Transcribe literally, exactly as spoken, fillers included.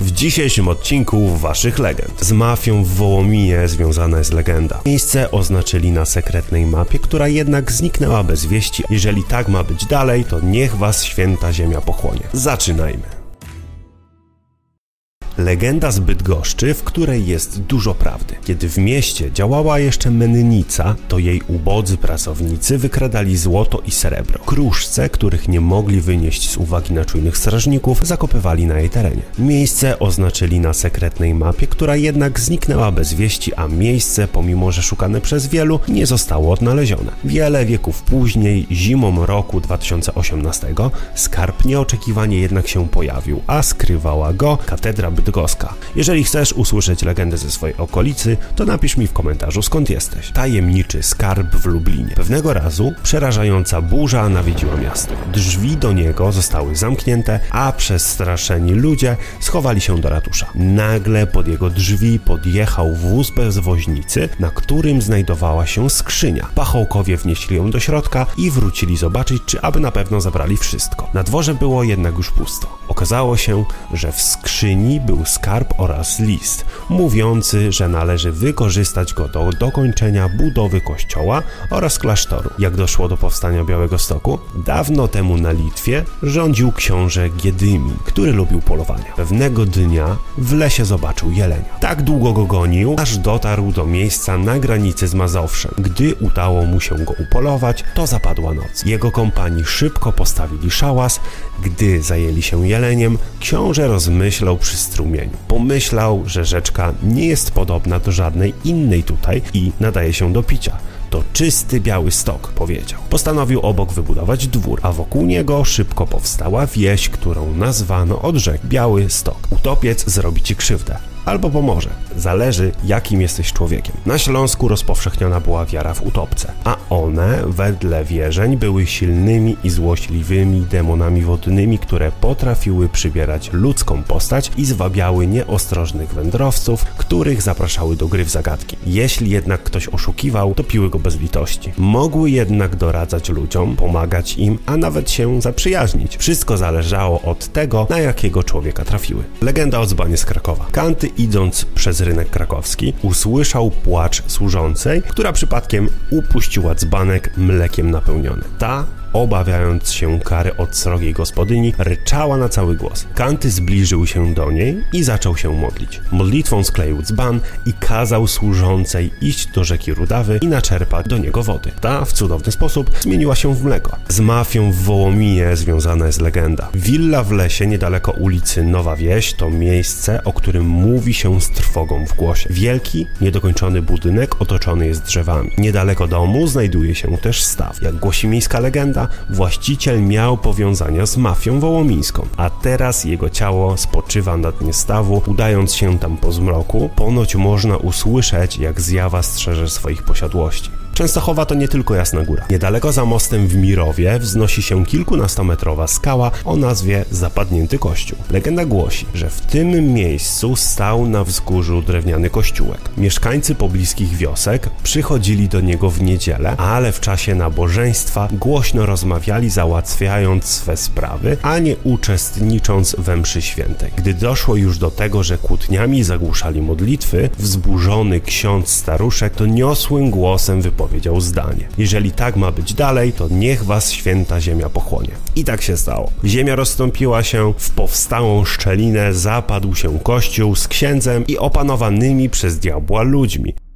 W dzisiejszym odcinku waszych legend. Z mafią w Wołominie związana jest legenda. Miejsce oznaczyli na sekretnej mapie, która jednak zniknęła bez wieści. Jeżeli tak ma być dalej, to niech was święta ziemia pochłonie. Zaczynajmy. Legenda z Bydgoszczy, w której jest dużo prawdy. Kiedy w mieście działała jeszcze mennica, to jej ubodzy pracownicy wykradali złoto i srebro. Kruszce, których nie mogli wynieść z uwagi na czujnych strażników, zakopywali na jej terenie. Miejsce oznaczyli na sekretnej mapie, która jednak zniknęła bez wieści, a miejsce, pomimo że szukane przez wielu, nie zostało odnalezione. Wiele wieków później, zimą roku dwa tysiące osiemnastego, skarb nieoczekiwanie jednak się pojawił, a skrywała go katedra bydgoska. Jeżeli chcesz usłyszeć legendę ze swojej okolicy, to napisz mi w komentarzu, skąd jesteś. Tajemniczy skarb w Lublinie. Pewnego razu przerażająca burza nawiedziła miasto. Drzwi do niego zostały zamknięte, a przestraszeni ludzie schowali się do ratusza. Nagle pod jego drzwi podjechał wóz bez woźnicy, na którym znajdowała się skrzynia. Pachołkowie wnieśli ją do środka i wrócili zobaczyć, czy aby na pewno zabrali wszystko. Na dworze było jednak już pusto. Okazało się, że w skrzyni był skarb oraz list, mówiący, że należy wykorzystać go do dokończenia budowy kościoła oraz klasztoru. Jak doszło do powstania Białegostoku? Dawno temu na Litwie rządził książę Giedymin, który lubił polowania. Pewnego dnia w lesie zobaczył jelenia. Tak długo go gonił, aż dotarł do miejsca na granicy z Mazowszem. Gdy udało mu się go upolować, to zapadła noc. Jego kompanii szybko postawili szałas. Gdy zajęli się jeleniem, książę rozmyślał przy strumieniu. Pomyślał, że rzeczka nie jest podobna do żadnej innej tutaj i nadaje się do picia. To czysty biały stok, powiedział. Postanowił obok wybudować dwór, a wokół niego szybko powstała wieś, którą nazwano od rzek Biały Stok. Utopiec zrobi ci krzywdę. Albo pomoże. Zależy, jakim jesteś człowiekiem. Na Śląsku rozpowszechniona była wiara w utopce, a one, wedle wierzeń, były silnymi i złośliwymi demonami wodnymi, które potrafiły przybierać ludzką postać i zwabiały nieostrożnych wędrowców, których zapraszały do gry w zagadki. Jeśli jednak ktoś oszukiwał, to piły go bez litości. Mogły jednak doradzać ludziom, pomagać im, a nawet się zaprzyjaźnić. Wszystko zależało od tego, na jakiego człowieka trafiły. Legenda o dzbanie z Krakowa. Kanty, idąc przez rynek krakowski, usłyszał płacz służącej, która przypadkiem upuściła dzbanek mlekiem napełniony. Ta, obawiając się kary od srogiej gospodyni, ryczała na cały głos. Kanty zbliżył się do niej i zaczął się modlić. Modlitwą skleił dzban i kazał służącej iść do rzeki Rudawy i naczerpać do niego wody. Ta w cudowny sposób zmieniła się w mleko. Z mafią w Wołominie związana jest legenda. Willa w lesie niedaleko ulicy Nowa Wieś to miejsce, o którym mówi się z trwogą w głosie. Wielki, niedokończony budynek otoczony jest drzewami. Niedaleko domu znajduje się też staw. Jak głosi miejska legenda, właściciel miał powiązania z mafią wołomińską, a teraz jego ciało spoczywa na dnie stawu. Udając się tam po zmroku, ponoć można usłyszeć, jak zjawa strzeże swoich posiadłości. Częstochowa to nie tylko Jasna Góra. Niedaleko za mostem w Mirowie wznosi się kilkunastometrowa skała o nazwie Zapadnięty Kościół. Legenda głosi, że w tym miejscu stał na wzgórzu drewniany kościółek. Mieszkańcy pobliskich wiosek przychodzili do niego w niedzielę, ale w czasie nabożeństwa głośno rozmawiali, załatwiając swe sprawy, a nie uczestnicząc we mszy świętej. Gdy doszło już do tego, że kłótniami zagłuszali modlitwy, wzburzony ksiądz staruszek doniosłym głosem wypowiedział powiedział zdanie. Jeżeli tak ma być dalej, to niech was święta ziemia pochłonie. I tak się stało. Ziemia rozstąpiła się, w powstałą szczelinę zapadł się kościół z księdzem i opanowanymi przez diabła ludźmi.